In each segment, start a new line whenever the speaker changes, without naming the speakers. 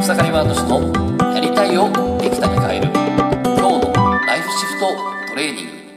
草刈ワード氏のやりたいをできたに変える今日のライフシフトトレーニング。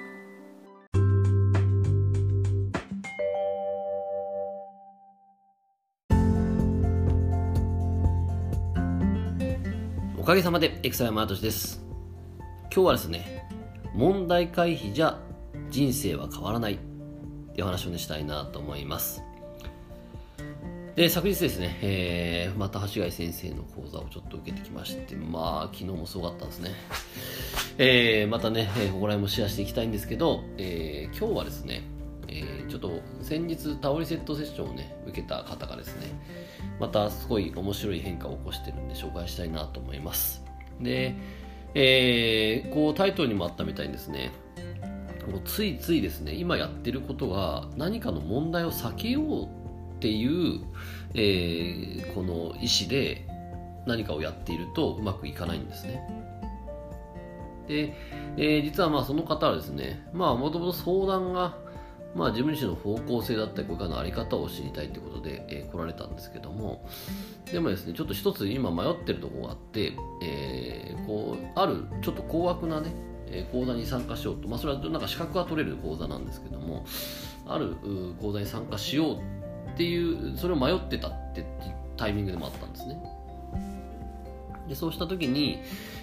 おかげさまで草刈ワード氏です。今日はですね、問題回避じゃ人生は変わらないっていう話をしたいなと思います。で、昨日ですね、また橋貝先生の講座をちょっと受けてきまして、昨日もすごかったですね。またね、ここら辺もシェアしていきたいんですけど、今日はですね、ちょっと先日タオリセットセッションをね受けた方がですね、またすごい面白い変化を起こしてるんで紹介したいなと思います。で、こうタイトルにもあったみたいにですね、もうついついですね、今やってることが何かの問題を避けようっていう、この意思で何かをやっているとうまくいかないんですね。で、実はその方はですね、もともと相談が自分自身の方向性だったりこれからの在り方を知りたいということで、来られたんですけども、でもですね、ちょっと一つ今迷ってるところがあって、あるちょっと高額なね講座に参加しようと、それはなんか資格が取れる講座なんですけども、ある講座に参加しようっていうそれを迷ってたってタイミングでもあったんですね。で、そうした時に、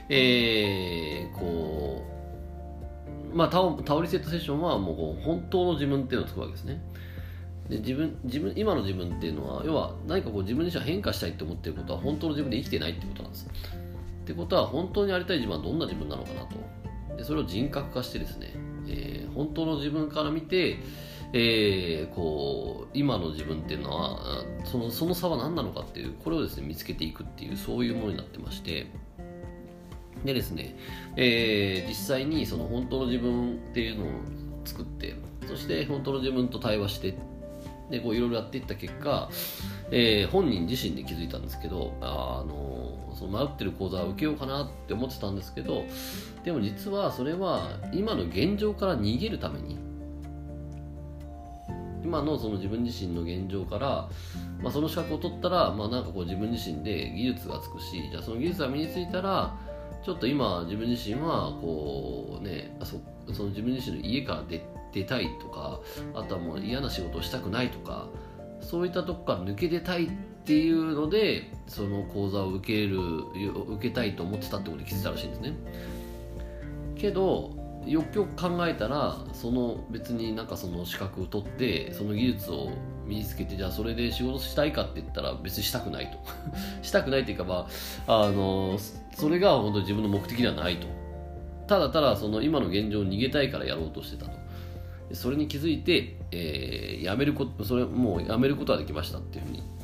タオリセットセッションはもう本当の自分っていうのを作るわけですね。で、今の自分っていうのは、要は何か自分自身は変化したいって思っていることは本当の自分で生きてないってことなんです。ってことは、本当にありたい自分はどんな自分なのかなと。で、それを人格化してですね、本当の自分から見て、今の自分っていうのはその差は何なのかっていう、これをですね見つけていくっていう、そういうものになってまして、でですね、実際にその本当の自分っていうのを作って、そして本当の自分と対話して、でいろいろやっていった結果、本人自身で気づいたんですけど、その迷ってる講座を受けようかなって思ってたんですけど、でも実はそれは今の現状から逃げるために、今のその自分自身の現状から、その資格を取ったら、自分自身で技術がつくし、じゃあその技術が身についたら、ちょっと今自分自身はその自分自身の家から出たいとか、あとはもう嫌な仕事をしたくないとか、そういったとこから抜け出たいっていうので、その講座を受けたいと思ってたってことに気づいたらしいんですね。けどよくよく考えたら、別にその資格を取ってその技術を身につけて、じゃあそれで仕事したいかって言ったら別にしたくないとしたくないっていうか、それが本当に自分の目的ではないと。ただただその今の現状を逃げたいからやろうとしてたと。それに気づいて、もうやめることができましたっていうふうに、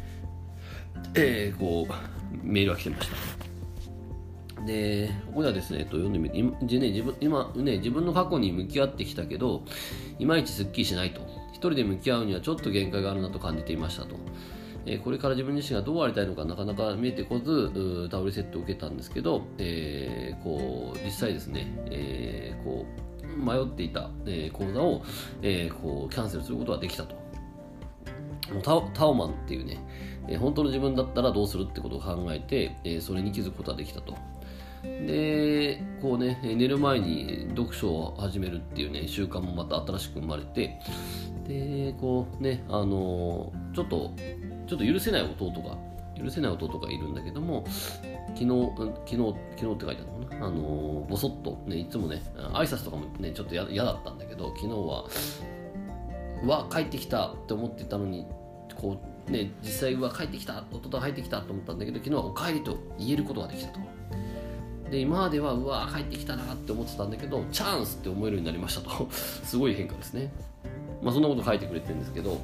メールが来てました。で、ここではですね、読んでみて、自分の過去に向き合ってきたけどいまいちすっきりしないと。一人で向き合うにはちょっと限界があるなと感じていましたと。これから自分自身がどうありたいのかなかなか見えてこず、タオルセットを受けたんですけど、実際ですね、迷っていた、講座を、キャンセルすることができたと。もうタオマンっていうね、本当の自分だったらどうするってことを考えて、それに気づくことができたと。で、寝る前に読書を始めるっていうね習慣もまた新しく生まれて、でちょっと許せない弟がいるんだけども、昨日って書いてあるのかな、ぼそっとね、いつもね挨拶とかもねちょっと嫌だったんだけど、昨日は帰ってきたって思ってたのに、実際帰ってきた、弟が帰ってきたと思ったんだけど、昨日はお帰りと言えることができたと。で、今までは帰ってきたなって思ってたんだけど、チャンスって思えるようになりましたとすごい変化ですね。そんなこと書いてくれてるんですけど、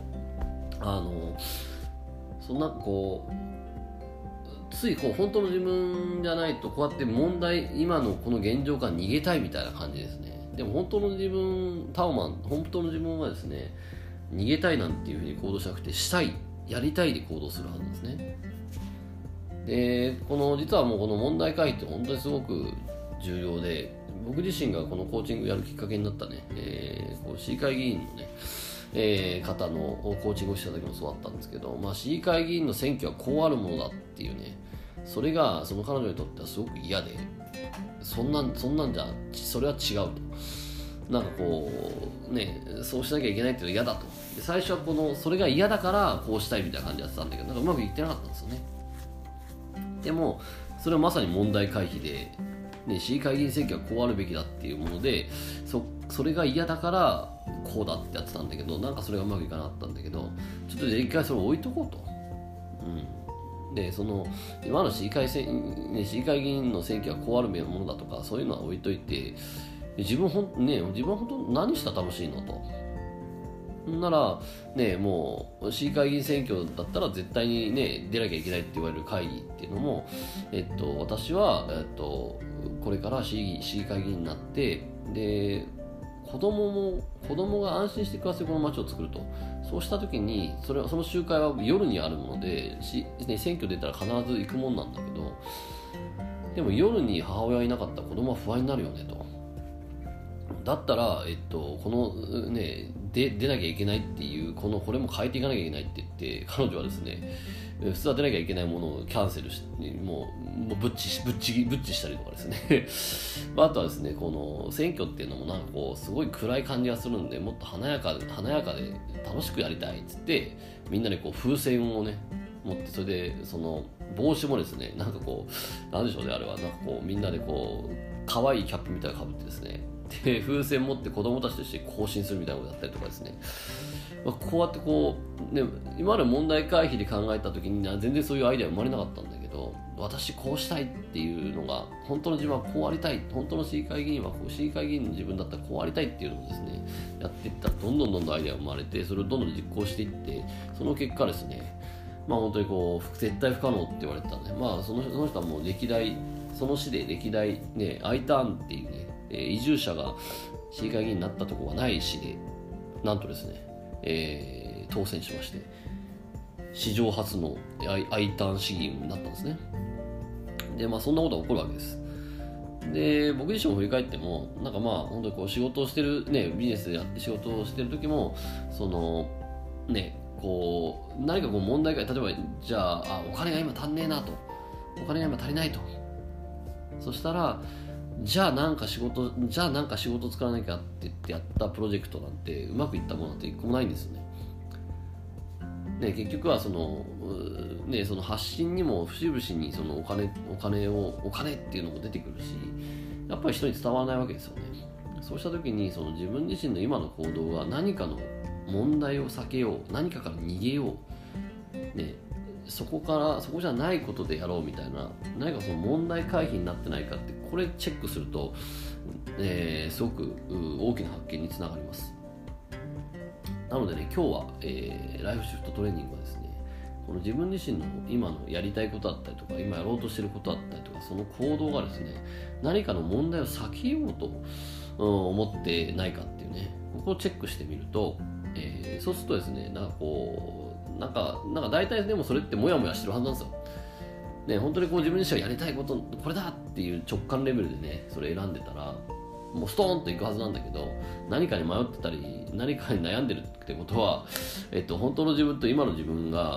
つい本当の自分じゃないと、こうやって今のこの現状から逃げたいみたいな感じですね。でも本当の自分、本当の自分はですね、逃げたいなんていうふうに行動しなくて、やりたいで行動するはずなんですね。で、実はもうこの問題回避って本当にすごく重要で、僕自身がこのコーチングやるきっかけになったね、市議会議員のね、方のコーチングをした時もそうだったんですけど、市議会議員の選挙はこうあるものだっていうね、 それがその彼女にとってはすごく嫌で、そんなんじゃそれは違うと、なんかこうね、そうしなきゃいけないっていうのは嫌だと。で最初はそれが嫌だからこうしたいみたいな感じでやってたんだけど、なんかうまくいってなかったんですよね。でもそれはまさに問題回避で、ね、市議会議員選挙はこうあるべきだっていうもので、それが嫌だからこうだってやってたんだけど、なんかそれがうまくいかなかったんだけど、ちょっと一回それを置いとこうと。で今の市議会議員の選挙はこうあるべきなものだとか、そういうのは置いといて、自分は本当何したら楽しいのと。ならね、もう市議会議員選挙だったら絶対にね出なきゃいけないって言われる会議っていうのも、私はこれから市議会議員になって、で子供が安心して暮らせるこの街を作ると。そうした時にその集会は夜にあるもので、選挙出たら必ず行くもんなんだけど、でも夜に母親がいなかったら子供は不安になるよねと。だったら、出なきゃいけないっていう、これも変えていかなきゃいけないって言って、彼女はですね、普通は出なきゃいけないものをキャンセルして、もうぶっちしたりとかですねあとはですね、この選挙っていうのもなんかすごい暗い感じがするんで、もっと華やかで楽しくやりたいっつって、みんなで風船をね持って、それでその帽子もですね、なんでしょうね、あれはなんかみんなで可愛いキャップみたいなの被ってですね、で風船持って子供たちと一緒に行進するみたいなことだったりとかですね、こうやって今まで問題回避で考えた時に全然そういうアイデア生まれなかったんだけど、私こうしたいっていうのが、本当の自分はこうありたい、本当の市議会議員は市議会議員の自分だったらこうありたいっていうのをですねやっていったら、どんどんアイデアが生まれて、それをどんどん実行していって、その結果ですね、本当に絶対不可能って言われてたんで、その人はもうその市で歴代ね、Iターンっていうね、移住者が市議会議員になったところがない市で、なんとですね、当選しまして、史上初の Iターン市議になったんですね。で、そんなことが起こるわけです。で、僕自身も振り返っても、なんか本当に仕事をしてるね、ビジネスでやって仕事をしてる時も、何か問題が、例えばじゃあお金が今足んねえなと、お金が今足りないと、そしたらじゃあなんか仕事作らなきゃって言ってやったプロジェクトなんてうまくいったものなんて一個もないんですよね。結局はその発信にも節々にそのお金っていうのも出てくるし、やっぱり人に伝わらないわけですよね。そうした時に自分自身の今の行動は何かの問題を避けよう、何かから逃げよう、そこじゃないことでやろうみたいな、何か問題回避になってないかって、これチェックすると、すごく大きな発見につながります。なのでね、今日は、ライフシフトトレーニングはですね、この自分自身の今のやりたいことだったりとか、今やろうとしていることだったりとか、その行動がですね、何かの問題を避けようと思ってないかっていうね、ここをチェックしてみると、そうするとですね、なんか大体でもそれってモヤモヤしてるはずなんですよ。本当に自分自身がやりたいことこれだっていう直感レベルでね、それ選んでたらもうストーンといくはずなんだけど、何かに迷ってたり何かに悩んでるってことは、本当の自分と今の自分が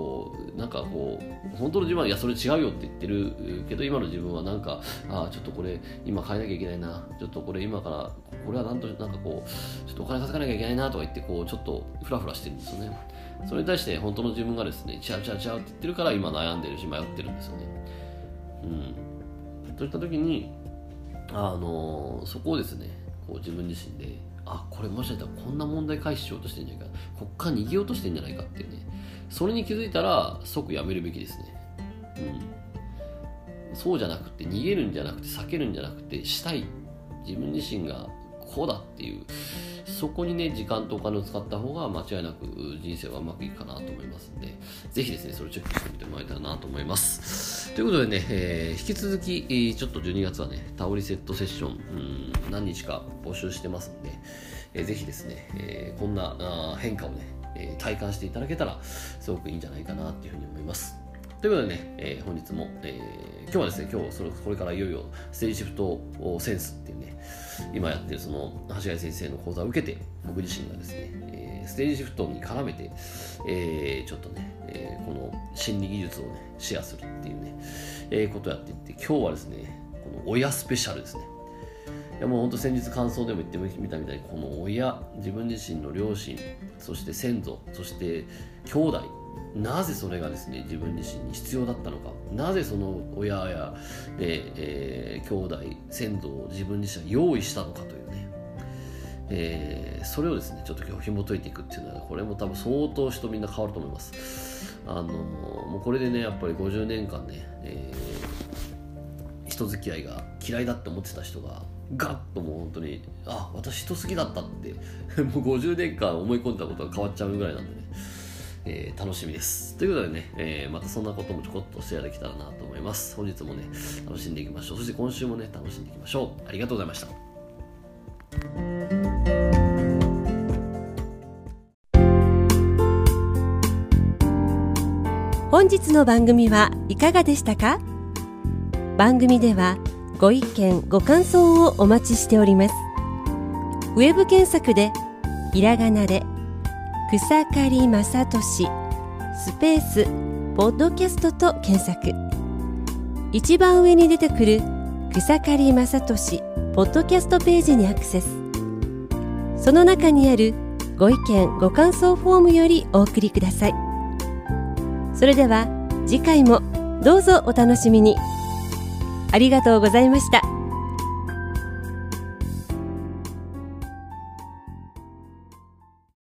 本当の自分はいやそれ違うよって言ってるけど、今の自分はちょっとこれ今変えなきゃいけないな、ちょっとこれ今からこれはちょっとお金稼がなきゃいけないなとか言ってちょっとフラフラしてるんですよね。それに対して本当の自分がですね、違うって言ってるから今悩んでるし迷ってるんですよね。といった時にそこをですね、自分自身でこれもしかしたらこんな問題回避しようとしてるんじゃないか、こっから逃げようとしてるんじゃないかっていうね、それに気づいたら即やめるべきですね。そうじゃなくて、逃げるんじゃなくて、避けるんじゃなくて、したい、自分自身がこうだっていう、そこにね時間とお金を使った方が間違いなく人生はうまくいくかなと思いますので、ぜひですねそれをチェックしてみてもらえたらなと思います。ということでね、引き続きちょっと12月はねタオリセットセッション、何日か募集してますので、ぜひですね、こんな変化をね、体感していただけたらすごくいいんじゃないかなというふうに思います。ということでね、本日も、今日はですね、これからいよいよステージシフトセンスっていうね、今やってるその橋谷先生の講座を受けて、僕自身がですね、ステージシフトに絡めて、ちょっとね、この心理技術をねシェアするっていうね、ことをやっていって、今日はですねこの親スペシャルですね。いやもう本当先日感想でも言ってみたみたいに、この親、自分自身の両親、そして先祖、そして兄弟、なぜそれがですね自分自身に必要だったのか、なぜその親や、兄弟、先祖を自分自身は用意したのかというね、それをですねちょっと今日紐解いていくっていうのは、これも多分相当人みんな変わると思います。もうこれでねやっぱり50年間ね、人付き合いが嫌いだって思ってた人がガッともう本当に私人好きだったってもう50年間思い込んだことが変わっちゃうぐらいなんでね、楽しみです。ということでね、またそんなこともちょこっとシェアできたらなと思います。本日もね楽しんでいきましょう。そして今週もね楽しんでいきましょう。ありがとうございました。
本日の番組はいかがでしたか？番組ではご意見ご感想をお待ちしております。ウェブ検索でひらがなで草刈正俊スペースポッドキャストと検索、一番上に出てくる草刈正俊ポッドキャストページにアクセス。その中にあるご意見ご感想フォームよりお送りください。それでは次回もどうぞお楽しみに。ありがとうございました。